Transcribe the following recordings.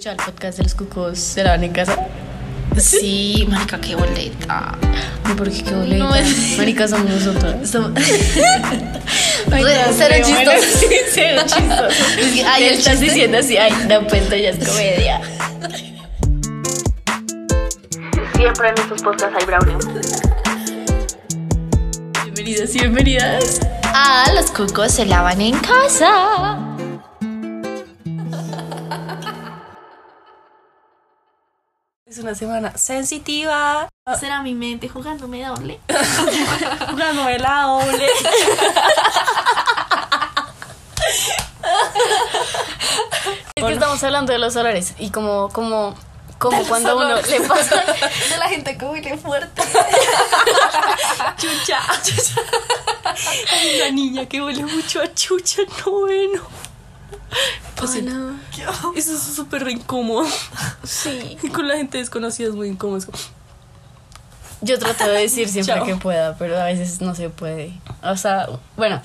escuchado el podcast de los cucos se lavan en casa? Sí, marica, qué boleta. ¿Y por qué boleta? No es... Marica, somos nosotros. Ay, no, cero chistoso. Sí, cero chistoso. Ay, el estás chiste diciendo así, ay, no, pues esto ya es comedia. Siempre en estos podcasts hay brownie. Bienvenidos y bienvenidas. Los cucos se lavan en casa. Es una semana sensitiva. ¿Será mi mente jugándome doble? Jugándome la doble. Es que estamos hablando de los olores y como cuando uno le pasa De la gente que huele fuerte. Chucha. Hay una niña que huele mucho a chucha, no bueno. Pana. Eso es súper incómodo. Sí. Y con la gente desconocida es muy incómodo. Es como... Yo trato de decir siempre Chao. que pueda, pero a veces no se puede. O sea, bueno.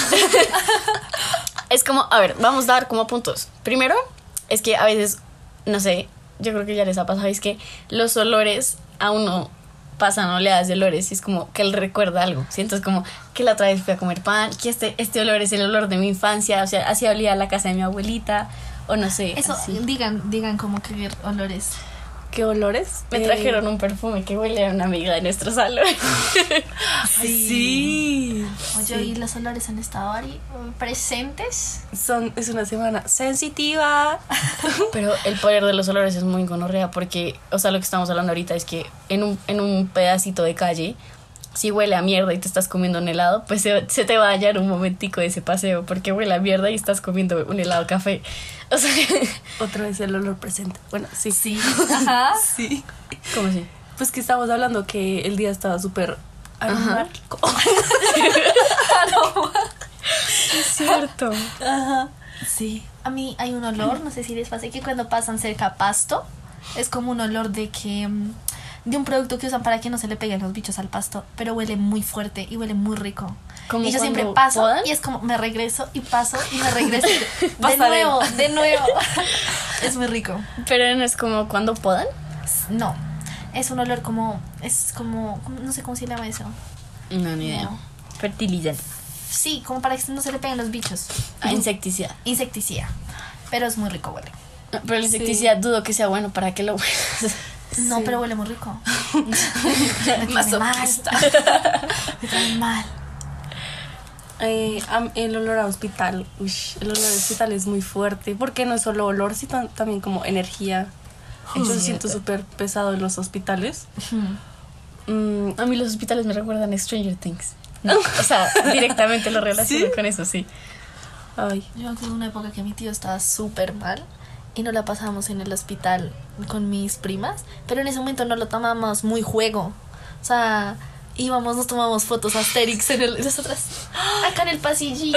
Es como, a ver, vamos a dar como puntos. Primero, es que a veces, no sé, yo creo que ya les ha pasado, es que los olores a uno pasan oleadas de olores y es como que él recuerda algo. Siento es como que la otra vez fui a comer pan, que este olor es el olor de mi infancia, o sea, así olía la casa de mi abuelita, o no sé. Eso, así. digan como que olores. ¿Qué olores? Me trajeron un perfume que huele a una amiga de nuestro salón. Sí. Oye, ¿y los olores han estado ahí presentes? Es una semana sensitiva. Pero el poder de los olores es muy gonorrea porque, o sea, lo que estamos hablando ahorita es que en un pedacito de calle, si huele a mierda y te estás comiendo un helado, pues se te va a hallar un momentico de ese paseo porque huele a mierda y estás comiendo un helado café. O sea, Otra vez el olor presente. Bueno, sí. Sí. Ajá. Sí. ¿cómo así? Pues que estamos hablando que el día estaba súper aromático. Es cierto. Ajá. Sí. A mí hay un olor, no sé si les pasa, que cuando pasan cerca a pasto, es como un olor de que... de un producto que usan para que no se le peguen los bichos al pasto, pero huele muy fuerte y huele muy rico. ¿Como Y yo siempre cuando paso podan? y es como me regreso y paso y me regreso de Pasadero. nuevo. Es muy rico. Pero no es como cuando podan. No, es un olor como, no sé cómo se llama eso. No, ni idea. No. Fertilizante. Sí, como para que no se le peguen los bichos. Insecticida. Insecticida. Pero es muy rico, huele. No, pero el insecticida dudo que sea bueno para que lo huelas. No, Sí. pero huele muy rico. Me trae mal. Me trae mal. El olor a hospital. El olor a hospital es muy fuerte. Porque no es solo olor, sino también como energía. Yo Es siento cierto. súper pesado en los hospitales. A mí los hospitales me recuerdan a Stranger Things. No, o sea, directamente lo relaciono ¿Sí? con eso, sí. Ay. Yo me acuerdo de una época que mi tío estaba súper mal y nos la pasábamos en el hospital con mis primas, pero en ese momento no lo tomábamos muy juego. O sea, íbamos, nos tomamos fotos Asterix nosotras acá en el pasillito.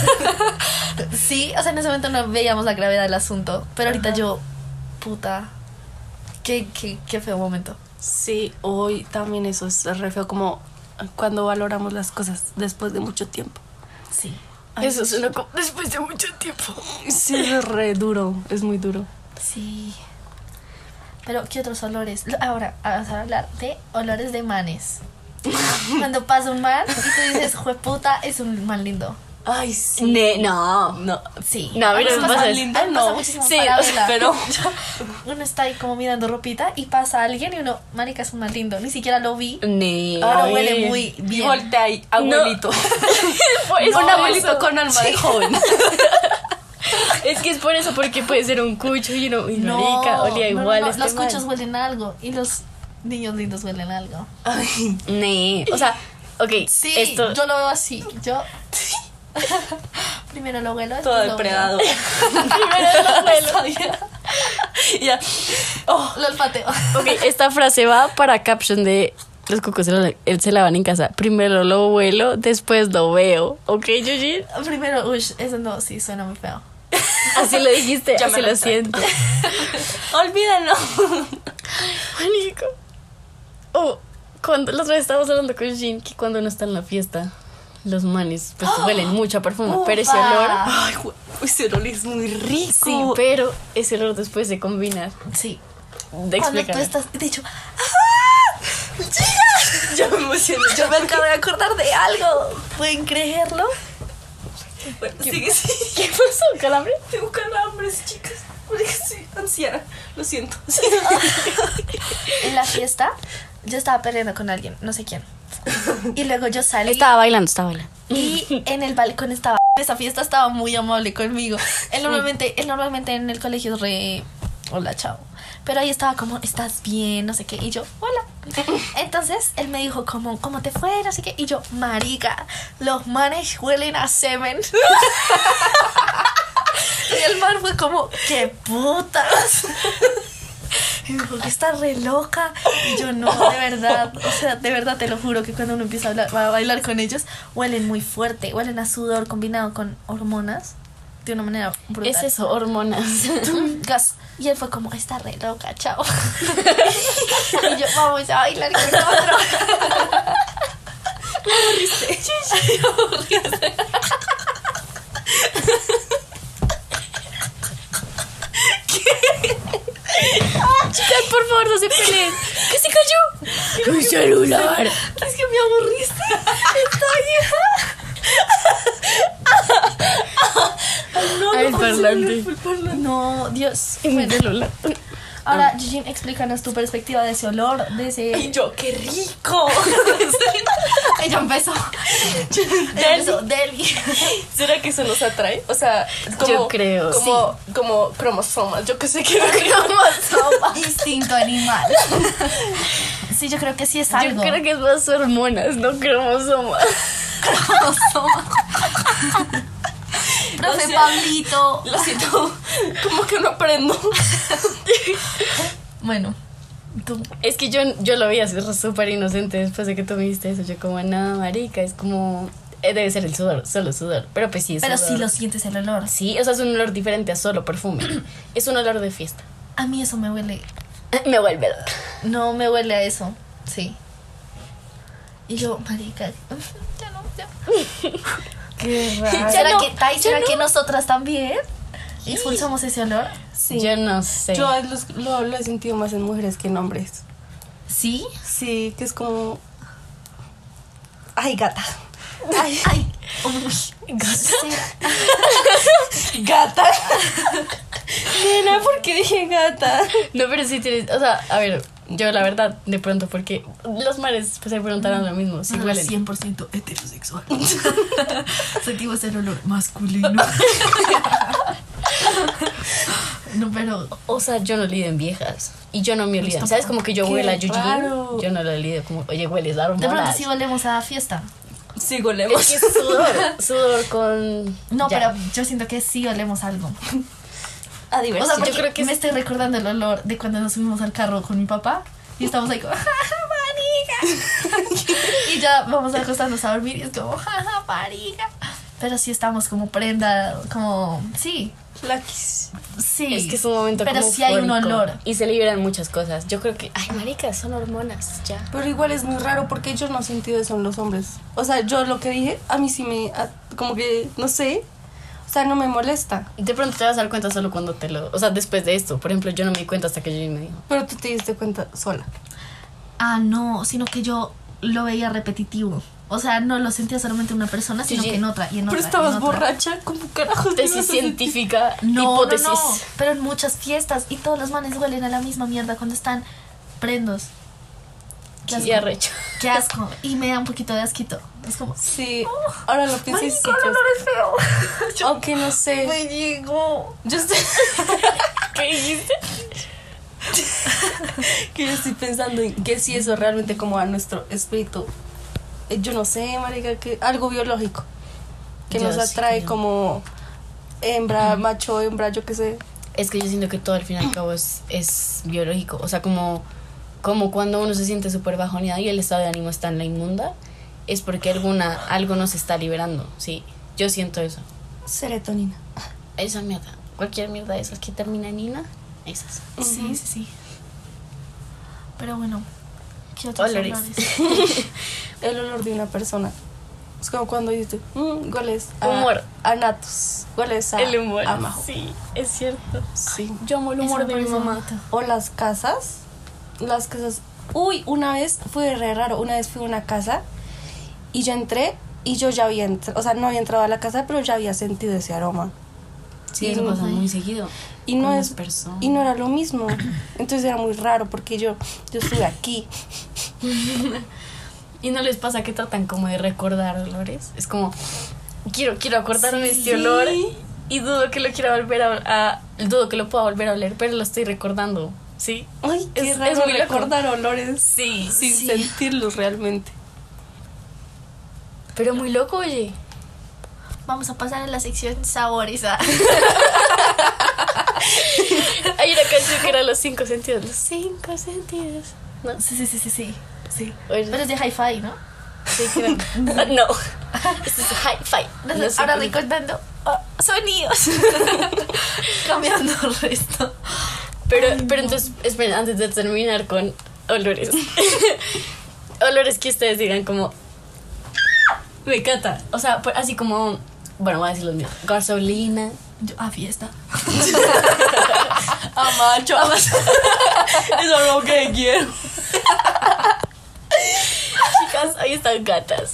Sí, o sea, en ese momento no veíamos la gravedad del asunto, pero ahorita yo, puta, qué feo momento. Sí, hoy también eso es re feo. Como cuando valoramos las cosas después de mucho tiempo. Sí. Ay, Eso suena como después de mucho tiempo. Sí, es re duro. Es muy duro. Sí. Pero, ¿qué otros olores? Ahora, vamos a hablar de olores de manes. Cuando pasa un man y tú dices, jueputa, es un man lindo. Ay, sí. No. No. Sí. No, a mí no me me pasa pasa eso. lindo, a mí me pasa no. muchísimo Sí, para o sea, verla. pero- Uno está ahí como mirando ropita y pasa alguien y uno, marica, es un man lindo. Ni siquiera lo vi, pero Ay. huele muy Y bien. voltea ahí, abuelito. Es Un abuelito con alma de joven. Es que es por eso, porque puede ser un cucho y uno, y marica, olía igual. no, este los man. cuchos huelen a algo y los niños lindos huelen a algo. Ay. Nee. O sea, ok, Sí, esto. yo lo veo así. Yo primero lo huelo, Todo después lo depredado. Primero lo huelo. Ya. Oh. Lo olfateo. Ok, esta frase va para caption de los cucos se lavan en casa. Primero lo huelo, después lo veo. ¿Ok, Yuji? Primero, eso no, sí, suena muy feo. Así lo dijiste, Ya me así lo retracto. siento. Olvídalo. Marico. Oh, cuando la otra vez estábamos hablando con Jin que cuando uno está en la fiesta, los manes pues huelen mucho a perfume, pero ese Ufa. olor Ay, Ese olor es muy rico. Sí, pero ese olor después de combinar. Sí. De Cuando tú explicar. estás, de hecho, ¡ah! ¡Chica! Yo me emociono. Yo me acabo de acordar de algo. ¿Pueden creerlo? Bueno, sigue, sí. ¿Qué pasó, calambre? Tengo calambres, chicas. Porque soy anciana. Lo siento. En la fiesta, yo estaba peleando con alguien, no sé quién. Y luego yo salí. Estaba bailando. Y en el balcón estaba. Esa fiesta estaba muy amable conmigo. Él normalmente en el colegio es re. Hola, chao. Pero ahí estaba como, ¿estás bien? No sé qué. Y yo, hola. Entonces él me dijo, ¿cómo te fue? No sé qué. Y yo, marica, los manes huelen a semen. Y el man fue como, ¿qué putas? Y me dijo que está re loca. Y yo, no, de verdad. O sea, de verdad te lo juro que cuando uno empieza a bailar con ellos, huelen muy fuerte. Huelen a sudor combinado con hormonas. De una manera brutal. Es eso, hormonas. Gas. Y él fue como, está re loca, chao. Y yo, vamos a bailar con otro. Me aburriste. Chicas, por favor, no se peleen. ¿Qué se cayó? Mi celular. Es que me aburriste. Está bien. Ay, el parlante. No, Dios. Mi Bueno, celular. ahora, Eugene, explícanos tu perspectiva de ese olor, de ese... Y yo, ¡qué rico! Ella empezó. Empezó, Deli. ¿Será que eso nos atrae? O sea, como, Yo creo, como cromosomas. Yo que sé que Instinto animal. Sí, yo creo que sí es algo. Yo creo que es más hormonas, no cromosomas. Profe O sea, Pablito. Lo siento, como que no aprendo. Bueno, tú. Es que yo lo vi así súper inocente después de que tú me dijiste eso. Yo como, no, marica, es como... debe ser el sudor, solo sudor. Pero pues sí es Pero sudor. sí lo sientes el olor. Sí, o sea, es un olor diferente a solo perfume. Es un olor de fiesta. A mí eso me huele. Me vuelve loca. No me huele a eso. Sí. Y yo, marica. Ya no, ya. Qué raro. ¿Será, no, que, Tai, ¿será ya que nosotras también expulsamos ese olor? Sí. Yo no sé. Yo lo he sentido más en mujeres que en hombres. ¿Sí? Sí, que es como... Ay, gata. Ay, ay. Uy. Gata. Nena, ¿por qué dije gata? No, pero sí tienes... O sea, a ver, yo la verdad, de pronto, porque los mares pues se preguntaron lo mismo. Si huelen. 100% heterosexual. Sentimos el olor masculino. No, pero... O sea, yo no lido en viejas. Y yo no me olvido. Pues ¿Sabes? Como que yo qué huelo a Yuji. raro. Yo no lo lido. Como, oye, hueles a De pronto hormonas. sí volvemos a fiesta. Sí, golemos. Es que es sudor. Sudor con... No, ya. pero yo siento que sí olemos algo. A O diversión. sea, yo porque creo que me estoy recordando el olor de cuando nos subimos al carro con mi papá y estamos ahí como, jaja, marica. Y ya vamos a acostarnos a dormir y es como, jaja, marica. Pero sí estamos como prenda, como, sí, sí. Es que es un momento pero como sí hay un eufórico. olor. Y se liberan muchas cosas. Yo creo que... Ay, marica, son hormonas. Ya. Pero igual es muy raro porque yo no he sentido eso en los hombres. O sea, yo lo que dije, a mí sí me... como que, no sé. O sea, no me molesta. De pronto te vas a dar cuenta solo cuando te lo... O sea, después de esto. Por ejemplo, yo no me di cuenta hasta que Yuji me dijo. Pero tú te diste cuenta sola. Ah, no, sino que yo lo veía repetitivo. O sea, no lo sentía solamente en una persona, sino Sí, que en otra y en Pero otra. estabas en otra. borracha. ¿Cómo carajos? Tesis ibas a científica, No, hipótesis. no, no, pero en muchas fiestas y todos los manes huelen a la misma mierda cuando están prendos. Qué Sí, asco. arrecho. Qué asco. Y me da un poquito de asquito. Es como, Sí, ahora lo pienso y sí. marica, el olor es feo. Aunque no sé. Me llegó. Yo estoy, ¿Qué dijiste? que yo estoy pensando en que si eso realmente como a nuestro espíritu. Yo no sé, marica, que algo biológico. Que Yo nos sí atrae creo. como hembra, macho, hembra, yo qué sé. Es que yo siento que todo al fin y al cabo es biológico. O sea, como cuando uno se siente súper bajoneado y el estado de ánimo está en la inmunda, es porque algo no se está liberando. Sí, yo siento eso. Serotonina. Esa mierda. Cualquier mierda de esas que termina en ina, esas. Sí, sí, sí. Pero bueno, ¿qué otros Olores. olores? El olor de una persona Es como cuando dices, hueles a Humor. a Natos, hueles a El humor. a Majo. Sí, es cierto. Sí. Yo amo el Eso humor me de mi parece mamá. bonito. O las casas. Uy, una vez fue re raro. Una vez fui a una casa y yo entré y yo ya había entrado, o sea, no había entrado a la casa, pero ya había sentido ese aroma. Sí, Y eso no- pasa muy seguido. Y no con es las personas. y no era lo mismo. Entonces era muy raro porque yo estuve aquí. ¿Y no les pasa que tratan como de recordar olores? Es como, quiero acordarme de este olor y dudo que lo quiera volver dudo que lo pueda volver a oler, pero lo estoy recordando, ¿sí? Ay, qué Es raro muy loco. recordar olores Sí, sin sí. sentirlos realmente. pero muy loco, oye. Vamos a pasar a la sección sabores. Hay una canción que era Los 5 sentidos. Los 5 sentidos. ¿No? Sí. Sí. Oye, Pero es de hi-fi, ¿no? sí, que era- no. Esto es hi-fi. Los Ahora 5 recordando sonidos. Cambiando el resto. Pero entonces, esperen, antes de terminar con olores. Olores que ustedes digan como me encanta. O sea, así como, bueno, voy a decir los míos. Gasolina. Yo, fiesta. A macho. Eso es lo que quiero. Chicas, ahí están gatas.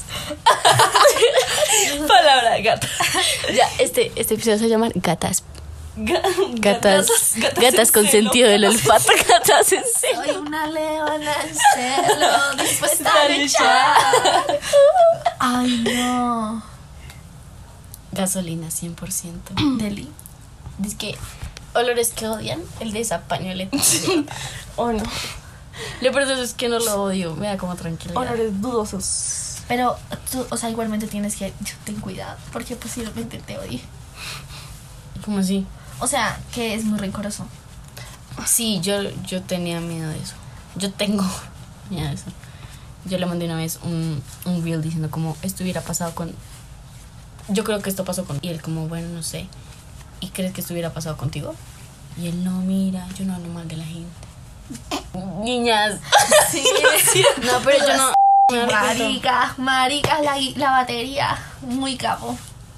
Palabra gata. Ya, este episodio se llama Gatas. Gatas Gatas con en celo. sentido del olfato. Gatas en celo. Soy una leona en celo, dispuesta a Está luchar. Ay, no. Gasolina 100%. Deli. Dice que olores que odian, el de esa pañoleta. O no. Lo peor de eso es que no lo odio, me da como tranquilidad. Olores dudosos. Pero tú, o sea, igualmente tienes que ten cuidado, porque posiblemente te odie. ¿Cómo así? O sea, que es muy rencoroso. Sí, yo tenía miedo de eso. Yo tengo miedo de eso. Yo le mandé una vez un reel diciendo como esto hubiera pasado con... Yo creo que esto pasó con... Y él como, bueno, no sé. ¿Y crees que esto hubiera pasado contigo? Y él, no, mira, yo no hablo mal de la gente. Niñas. Sí. No, pero yo no... me arrepiento. Marica, la batería. Muy capo.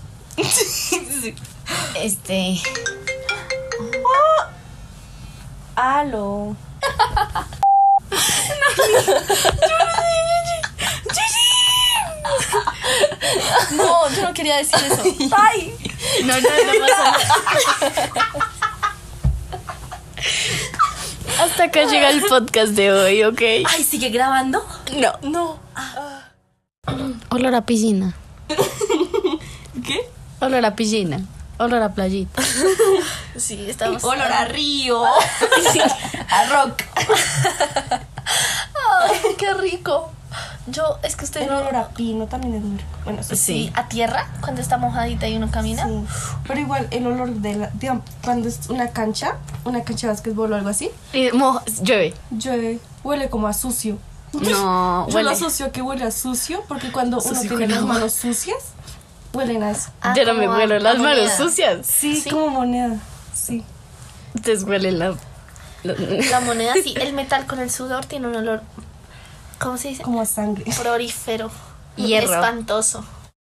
Aló. No, yo no quería decir eso. Ay. No pasa nada. Hasta acá llega el podcast de hoy, ¿ok? Ay, ¿sigue grabando? No. No. Olor a piscina. ¿Qué? Olor a piscina. Olor a playita. Sí, estamos. Olor a río. a rock. Ay, qué rico. Yo, es que usted El no. olor a pino también es muy rico. Bueno, sí. Sí, a tierra, cuando está mojadita y uno camina. Sí. Pero igual el olor de digamos, cuando es una cancha de básquetbol o algo así, Y llueve. huele como a sucio. No, Yo huele. lo asocio que huele a sucio porque cuando uno Sucio tiene con las agua. manos sucias, huelen a eso. Yo no me como a- huelo a las manos moneda. sucias. Sí, Sí. como moneda. Sí. Entonces huelen la... La moneda, sí, el metal con el sudor tiene un olor. ¿Cómo se dice? Como a sangre. Prolífero. Hierro. Espantoso.